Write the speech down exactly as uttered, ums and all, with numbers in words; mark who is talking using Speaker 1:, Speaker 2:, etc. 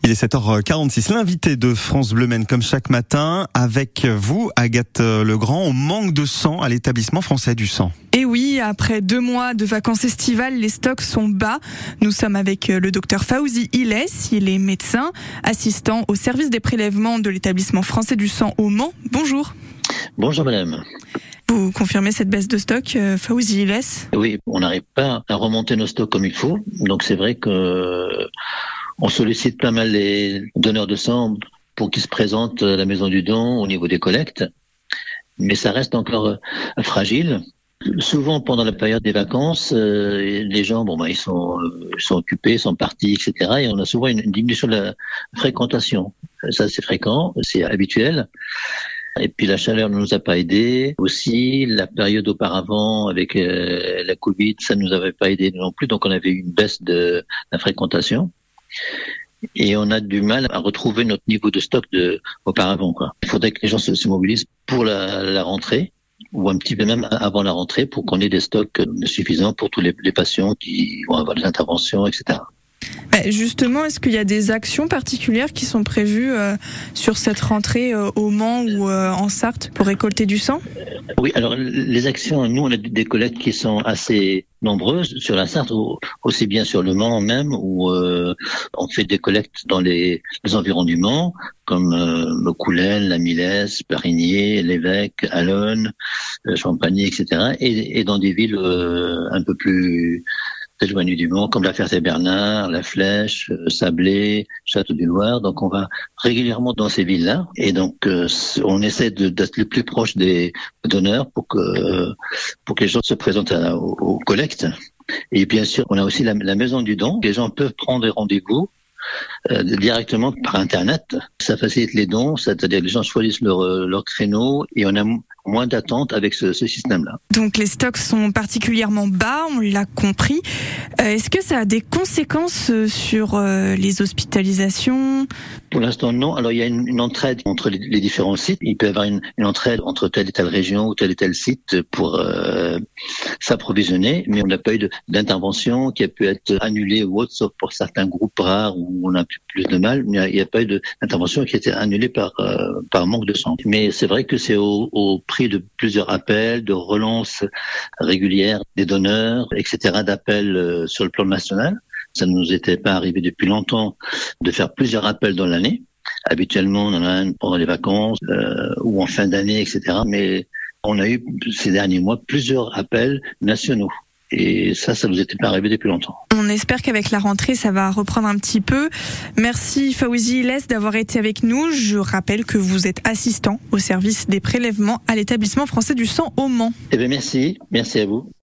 Speaker 1: Il est sept heures quarante-six, l'invité de France Bleu Maine comme chaque matin avec vous, Agathe Legrand. On manque de sang à l'établissement français du sang.
Speaker 2: Et oui, après deux mois de vacances estivales, les stocks sont bas. Nous sommes avec le docteur Fawzi Ilès, il est médecin, assistant au service des prélèvements de l'établissement français du sang au Mans. Bonjour.
Speaker 3: Bonjour madame.
Speaker 2: Vous confirmez cette baisse de stock, euh, Fawzi Ilès ?
Speaker 3: Oui, on n'arrive pas à remonter nos stocks comme il faut. Donc c'est vrai que on sollicite pas mal les donneurs de sang pour qu'ils se présentent à la maison du don au niveau des collectes. Mais ça reste encore fragile. Souvent, pendant la période des vacances, euh, les gens, bon, bah, ils sont, euh, ils sont occupés, ils sont partis, et cetera. Et on a souvent une, une diminution de la fréquentation. Ça, c'est fréquent, c'est habituel. Et puis la chaleur ne nous a pas aidés. Aussi, la période auparavant avec euh, la Covid, ça ne nous avait pas aidé non plus. Donc on avait une baisse de la fréquentation. Et on a du mal à retrouver notre niveau de stock de auparavant, quoi. Il faudrait que les gens se, se mobilisent pour la, la rentrée, ou un petit peu même avant la rentrée, pour qu'on ait des stocks suffisants pour tous les, les patients qui vont avoir des interventions, et cetera.
Speaker 2: Justement, est-ce qu'il y a des actions particulières qui sont prévues euh, sur cette rentrée euh, au Mans ou euh, en Sarthe pour récolter du sang ?
Speaker 3: Oui, alors les actions, nous on a des collectes qui sont assez nombreuses sur la Sarthe, aussi bien sur le Mans même, où euh, on fait des collectes dans les, les environs du Mans, comme euh, Coulennes, La Millesse, Parigné, l'Évêque, Allonne, euh, Champagny, et cetera. Et, et dans des villes euh, un peu plus éloigné du Mans, comme la Ferté-Bernard, la Flèche, euh, Sablé, Château-du-Loir. Donc on va régulièrement dans ces villes-là, et donc euh, on essaie de, d'être le plus proche des donneurs pour que pour que les gens se présentent à, aux, aux collectes. Et bien sûr, on a aussi la, la maison du don. Les gens peuvent prendre des rendez-vous euh, directement par Internet. Ça facilite les dons, c'est-à-dire que les gens choisissent leur, leur créneau et on a moins d'attente avec ce, ce système-là.
Speaker 2: Donc les stocks sont particulièrement bas, on l'a compris. Euh, est-ce que ça a des conséquences sur euh, les hospitalisations ?
Speaker 3: Pour l'instant, non. Alors il y a une, une entraide entre les, les différents sites. Il peut y avoir une, une entraide entre telle et telle région ou tel et tel site pour euh, s'approvisionner, mais on n'a pas eu de, d'intervention qui a pu être annulée ou autre, sauf pour certains groupes rares où on a plus de mal. Mais il n'y a pas eu de, d'intervention qui a été annulée par, euh, par manque de sang. Mais c'est vrai que c'est au, au prix de plusieurs appels, de relances régulières des donneurs, et cetera, d'appels euh, sur le plan national. Ça ne nous était pas arrivé depuis longtemps de faire plusieurs appels dans l'année. Habituellement, on en a un pendant les vacances euh, ou en fin d'année, et cetera. Mais on a eu ces derniers mois plusieurs appels nationaux. Et ça, ça nous était pas arrivé depuis longtemps.
Speaker 2: On espère qu'avec la rentrée, ça va reprendre un petit peu. Merci Fawzi Ilès d'avoir été avec nous. Je rappelle que vous êtes assistant au service des prélèvements à l'établissement français du sang au Mans.
Speaker 3: Eh bien, merci. Merci à vous.